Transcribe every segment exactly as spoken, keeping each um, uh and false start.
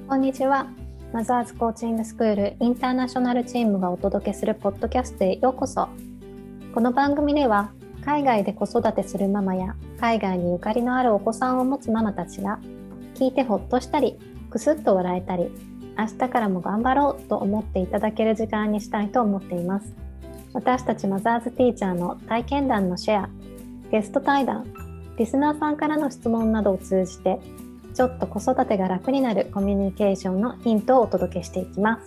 こんにちは。マザーズコーチングスクールインターナショナルチームがお届けするポッドキャストへようこそ。この番組では海外で子育てするママや海外にゆかりのあるお子さんを持つママたちが聞いてほっとしたりくすっと笑えたり明日からも頑張ろうと思っていただける時間にしたいと思っています。私たちマザーズティーチャーの体験談のシェア、ゲスト対談、リスナーさんからの質問などを通じてちょっと子育てが楽になるコミュニケーションのヒントをお届けしていきます。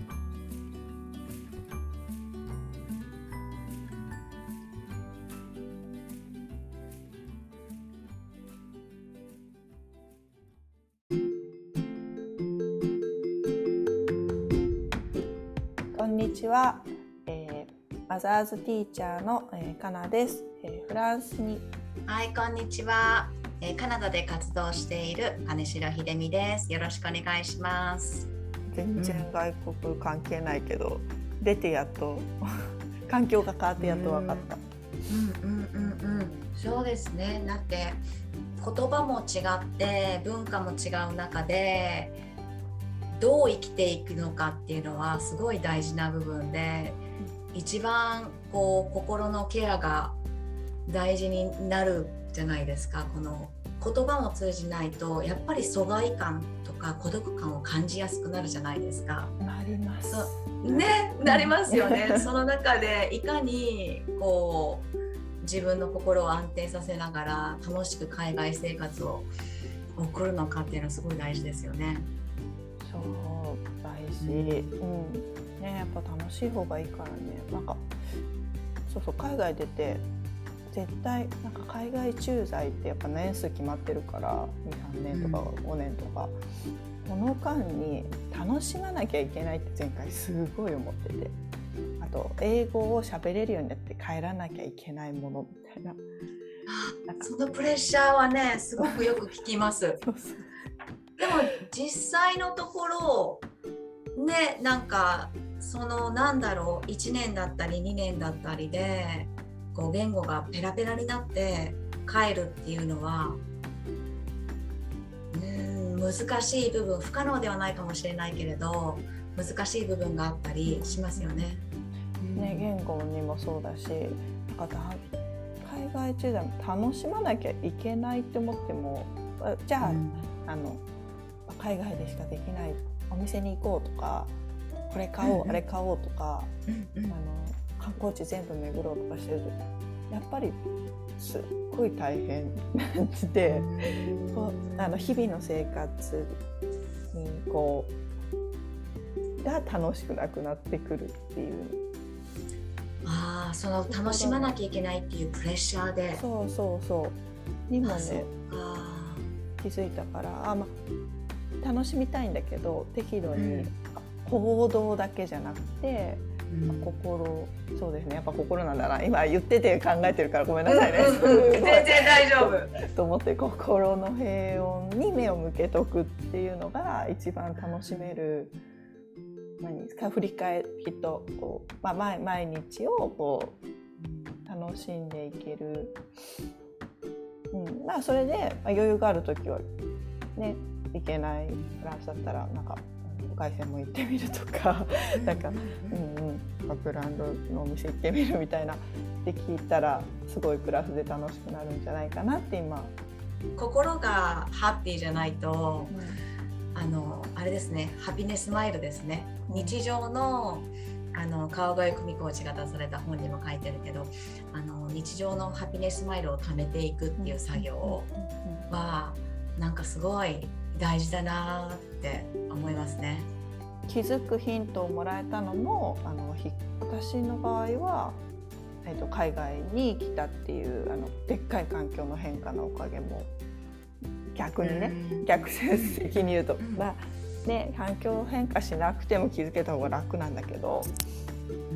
こんにちは、えー、マザーズティーチャーの、えー、かなです、えー、フランスにはい、こんにちは。えー、カナダで活動している金城秀美です。よろしくお願いします。 全然外国関係ないけど、うん、出てやっと環境が変わってやっと分かった。 うんうんうんうんうん。そうですね。だって言葉も違って文化も違う中でどう生きていくのかっていうのはすごい大事な部分で、一番こう心のケアが大事になるじゃないですか。この言葉も通じないとやっぱり疎外感とか孤独感を感じやすくなるじゃないですか。 なります。 ね、なりますよね。その中でいかにこう自分の心を安定させながら楽しく海外生活を送るのかっていうのはすごい大事ですよね。 そう大事、うんね、やっぱ楽しい方がいいからね。なんかそうそう海外出て絶対なんか海外駐在ってやっぱ年数決まってるからに、さんねんとかごねんとか、うん、この間に楽しまなきゃいけないって前回すごい思ってて、あと英語を喋れるようになって帰らなきゃいけないものみたいな、 なんかそのプレッシャーはねすごくよく聞きますそうそう。でも実際のところね、なんかそのなんだろういちねんだったりにねんだったりでこう言語がペラペラになって帰るっていうのはうーん難しい部分、不可能ではないかもしれないけれど難しい部分があったりしますよね。 ね、言語にもそうだし、なんか海外駐在も楽しまなきゃいけないって思っても、じゃあ、うん、あの海外でしかできないお店に行こうとか、これ買おう、うん、あれ買おうとか、うん、あの観光地全部巡ろうとかしてるとやっぱりすっごい大変で、こうあの日々の生活にこうが楽しくなくなってくるっていう。 ああ、その楽しまなきゃいけないっていうプレッシャーで、 そうそうそうにもね気づいたから、あ、まあ、楽しみたいんだけど適度に、うん、行動だけじゃなくて、うん、心、そうですね、やっぱ心なんだな、今言ってて考えてるからごめんなさいね、 うんうんうん、全然大丈夫と思って、心の平穏に目を向けとくっていうのが一番楽しめる、何ですか、振り返りとこう、まあ、毎, 毎日をこう楽しんでいける、うんまあ、それで、まあ、余裕があるときはね、いけないフランスだったらなんか凱旋も行ってみるとかなんか、うんうん、ブランドのお店行ってみるみたいなって聞いたらすごいプラスで楽しくなるんじゃないかなって今。 心がハッピーじゃないと、うん、あのあれですね、ハピネスマイルですね、うん、日常のあの川越久美コーチが出された本にも書いてるけど、あの日常のハピネスマイルを貯めていくっていう作業はなんかすごい大事だなって思いますね。 気づくヒントをもらえたのも、あの私の場合は、えーと、海外に来たっていうあのでっかい環境の変化のおかげも逆にね、逆説的に言うと、まあね、環境変化しなくても気づけた方が楽なんだけど、うん、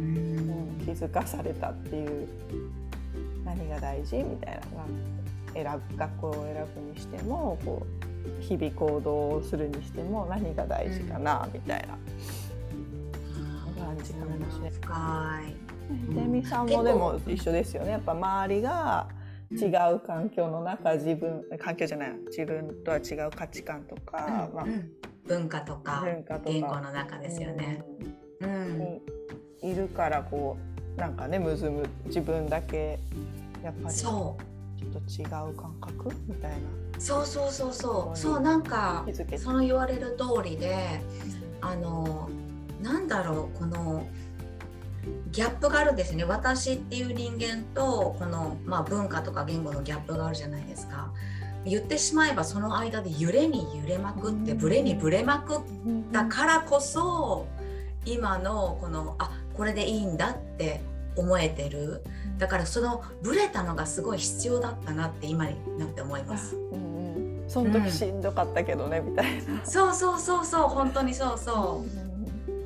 気づかされたっていう、何が大事みたいな、まあ、選ぶ学校を選ぶにしてもこう日々行動をするにしても何が大事かな、うん、みたいな感じかもしれない。 深い。 でみさんもでも一緒ですよね。やっぱ周りが違う環境の中、自分環境じゃない自分とは違う価値観とか、 うんまあ、 文化とか文化とか言語の中ですよね。うん、 にいるからこうなんかねむずむ自分だけやっぱりちょっと違う感覚みたいな。 そうそうそうそうそう、なんかその言われる通りで、あのなんだろう、このギャップがあるんですね。私っていう人間とこの、まあ、文化とか言語のギャップがあるじゃないですか。言ってしまえばその間で揺れに揺れまくってブレにブレまくったからこそ今のこのあこれでいいんだって思えてる。だからそのブレたのがすごい必要だったなって今になって思います。 うんうん、その時しんどかったけどね、うん、みたいな。 そうそうそうそう、本当にそうそう。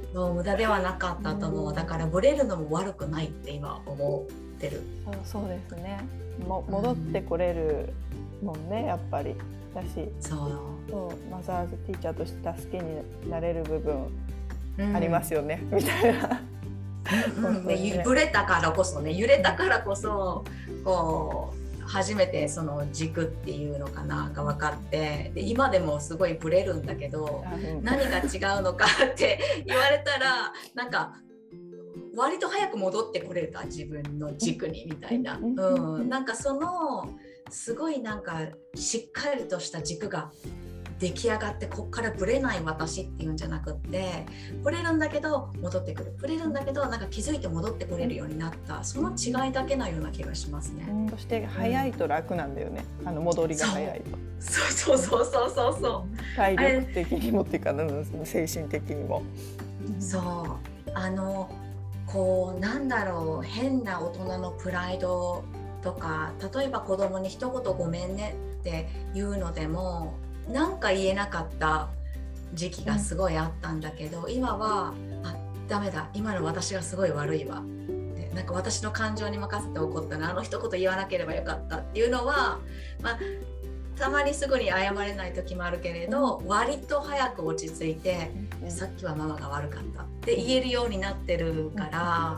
もう無駄ではなかったと思う。だからブレるのも悪くないって今思ってる。 そう、そうですね。も戻ってこれるもんね、やっぱり。だし、 そうそうマザーズティーチャーとして助けになれる部分ありますよね、うん、みたいな。 うんね、ブレたからこそね、揺れたからこそこう初めてその軸っていうのかなが分かって、で今でもすごいブレるんだけど、何が違うのかって言われたらなんか割と早く戻ってこれた自分の軸にみたいな、うん、なんかそのすごいなんかしっかりとした軸が出来上がって、こっからブレない私っていうんじゃなくって、ブレるんだけど戻ってくる、ブレるんだけどなんか気づいて戻ってこれるようになった、その違いだけのような気がしますね。 うん、そして早いと楽なんだよね、うん、あの戻りが早いと。 そうそうそうそうそうそう。 体力的にもっていうか精神的にも。 そうあのこうなんだろう、変な大人のプライドとか、例えば子供に一言ごめんねって言うのでもなんか言えなかった時期がすごいあったんだけど、うん、今はあダメだ、今の私がすごい悪いわ、でなんか私の感情に任せて怒ったな、あの一言言わなければよかったっていうのは、まあ、たまにすぐに謝れない時もあるけれど、割と早く落ち着いて、うん、さっきはママが悪かったって言えるようになってるから、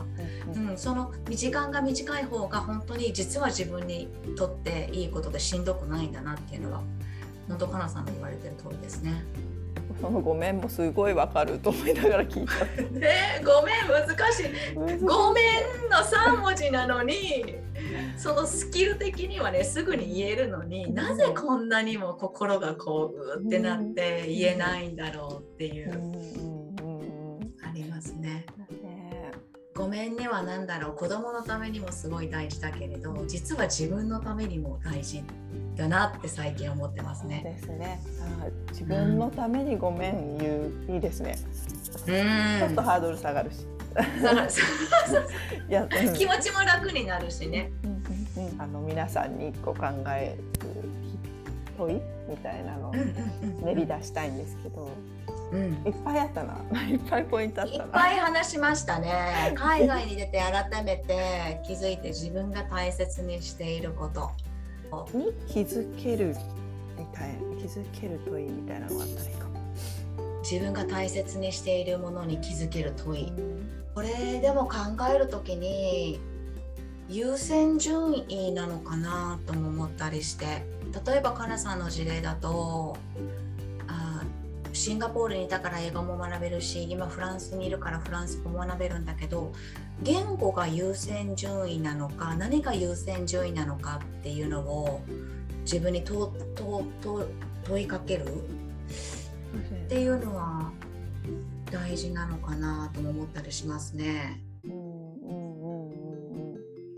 うん、その時間が短い方が本当に実は自分にとっていいことでしんどくないんだなっていうのは本当かなさんの言われてる通りですね。 そのごめんもすごいわかると思いながら聞いちゃってね、ごめん難しいごめんのさんもじなのにそのスキル的にはねすぐに言えるのに、なぜこんなにも心がこううってなって言えないんだろうっていう、うんうんうん、ありますね。ごめんねは何だろう、子供のためにもすごい大事だけれど、実は自分のためにも大事だなって最近思ってますね。 そうですね。あ、自分のためにごめん言う、いいですね。うん、ちょっとハードル下がるしいや、うん、 気持ちも楽になるしね、 うんうんうん、あの皆さんに一個考える問いみたいなのを練り出したいんですけど、うん、いっぱいあったな。いっぱいポイントあったな。 いっぱい話しましたね。海外に出て改めて気づいて自分が大切にしていることに気づけるみたいな、気づける問いみたいなのがあったらいいかも。 自分が大切にしているものに気づける問い、うん、これでも考えるときに優先順位なのかなとも思ったりして、例えばかなさんの事例だと、あシンガポールにいたから英語も学べるし、今フランスにいるからフランス語も学べるんだけど、言語が優先順位なのか何が優先順位なのかっていうのを自分にととと問いかけるっていうのは大事なのかなとも思ったりしますね。うんうんうんうん、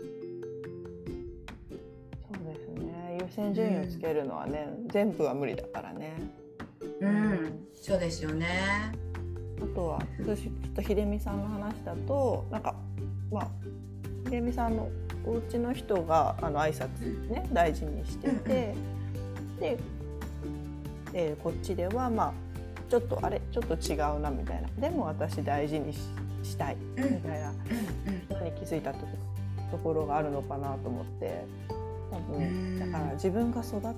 そうですね。優先順位をつけるのはね、うん、全部は無理だからね。 うん、そうですよね。 あとは私ちょっと秀美さんの話だと、なんかまあ秀美さんのお家の人があの挨拶ね大事にしてて、うんうん、で、えー、こっちではまあちょっとあれちょっと違うなみたいな、でも私大事に し, したいみたいなのに気づいたとところがあるのかなと思って、多分だから自分が育ったら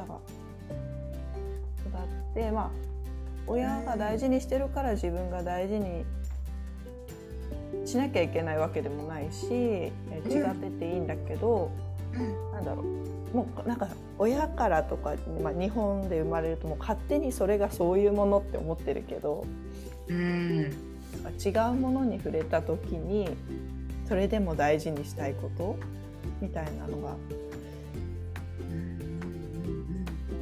育ってまあ親が大事にしてるから自分が大事にしなきゃいけないわけでもないし、違ってていいんだけど、なんだろう、 もうなんか親からとか、まあ、日本で生まれるともう勝手にそれがそういうものって思ってるけど、 うん、 違うものに触れた時にそれでも大事にしたいことみたいなのが、うん、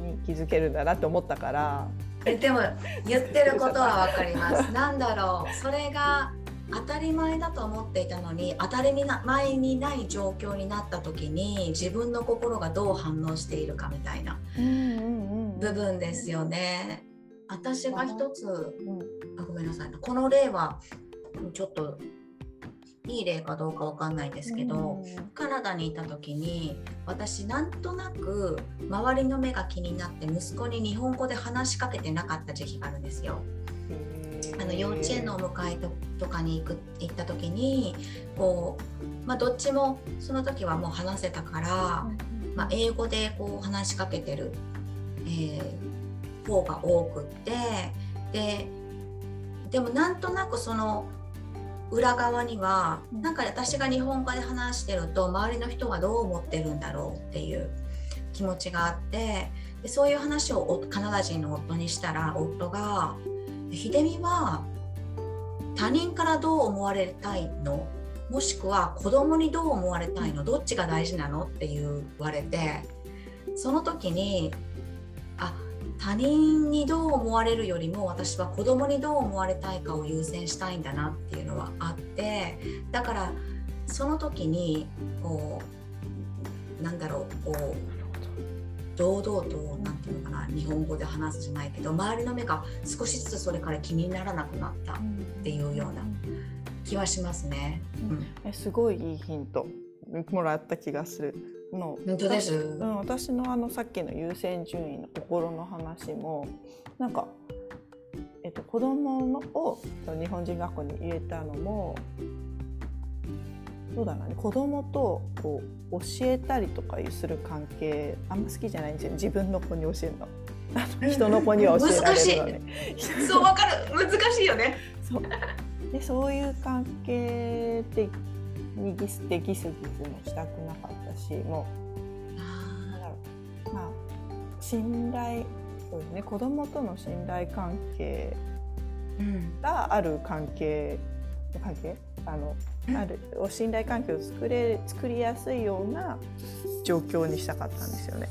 に気づけるんだなって思ったから。 えでも言ってることは分かります。なんだろう、それが当たり前だと思っていたのに当たり前にない状況になった時に自分の心がどう反応しているかみたいな部分ですよね。私が一つ、あ、ごめんなさい、この例はちょっといい例かどうかわかんないんですけど、カナダにいた時に私なんとなく周りの目が気になって息子に日本語で話しかけてなかった時期があるんですよ。あの幼稚園のお迎え と, とかに行, く行った時にこう、まあ、どっちもその時はもう話せたから、まあ、英語でこう話しかけてる、えー、方が多くって、で、でもなんとなくその裏側にはなんか私が日本語で話してると周りの人がどう思ってるんだろうっていう気持ちがあって、でそういう話をカナダ人の夫にしたら、夫が秀美は他人からどう思われたいの、もしくは子供にどう思われたいの、どっちが大事なのって言われて、その時にあ、他人にどう思われるよりも私は子供にどう思われたいかを優先したいんだなっていうのはあって、だからその時にこうなんだろう、こう堂々となんていうのかな、日本語で話すじゃないけど周りの目が少しずつそれから気にならなくなったっていうような気はしますね、 うん、えすごいいいヒントもらった気がするの。 本当です、 うん、私のあのさっきの優先順位の心の話もなんか、えっと、子供のを日本人学校に入れたのもそうだな、ね、子供とこう教えたりとかする関係あんま好きじゃないんですよ。自分の子に教えるの人の子には教えられるのねそう分かる、難しいよね。 そうでそういう関係でにギスでギスギスもしたくなかったし、もうなんだろう、まあ信頼、そうですね、子供との信頼関係がある関係、うん、関係あのある信頼関係を作れ作りやすいような状況にしたかったんですよね。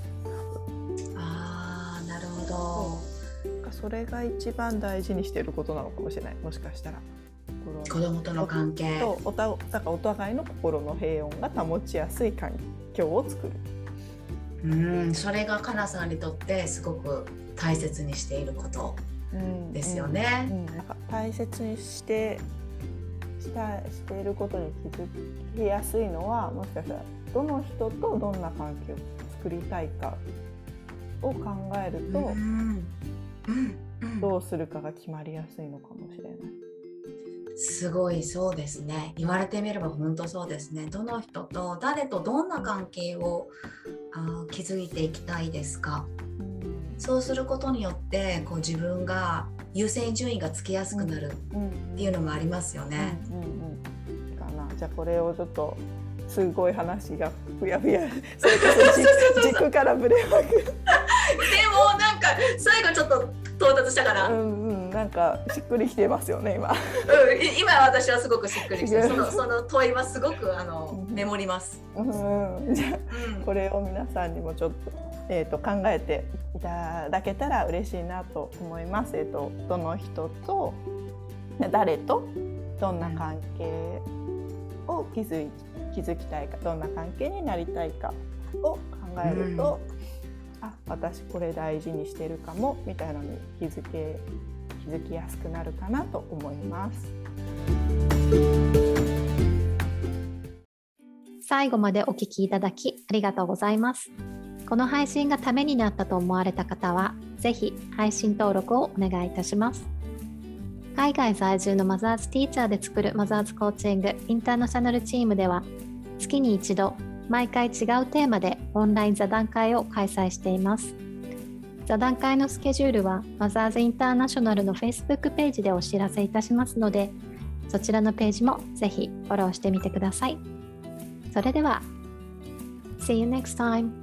ああ、なるほど。それが一番大事にしていることなのかもしれない。もしかしたら子供との関係とおただからお互いの心の平穏が保ちやすい環境を作る。 うん、それがかなさんにとってすごく大切にしていることですよね。 うんうんうん、なんか大切にしてしたしていることに気づきやすいのは、もしかしたらどの人とどんな関係を作りたいかを考えると、うんうんうん、どうするかが決まりやすいのかもしれない。 すごいそうですね。言われてみれば本当そうですね。どの人と誰とどんな関係をあ築いていきたいですか、うん、そうすることによってこう自分が優先順位がつけやすくなるっていうのもありますよね。 うんうんうんうん、かな。じゃあこれをちょっとすごい話がふやふやそれこそ軸からぶれまくでもなんか最後ちょっと到達したから、 うんうん、なんかしっくりきてますよね今、うん、 今私はすごくしっくりきてその、その問いはすごくあのメモります、 うんうん、じゃあ、うん、これを皆さんにもちょっと、えー、と考えていただけたら嬉しいなと思います。えー、とどの人と誰とどんな関係を築い築きたいか、どんな関係になりたいかを考えると、うん、あ、私これ大事にしてるかもみたいなのに気づけ気づきやすくなるかなと思います。 最後までお聞きいただきありがとうございます。この配信がためになったと思われた方は、ぜひ配信登録をお願いいたします。海外在住のマザーズティーチャーで作るマザーズコーチングインターナショナルチームでは、月に一度毎回違うテーマでオンライン座談会を開催しています。座談会のスケジュールはマザーズインターナショナルの Facebook ページでお知らせいたしますので、そちらのページもぜひフォローしてみてください。それでは See you next time!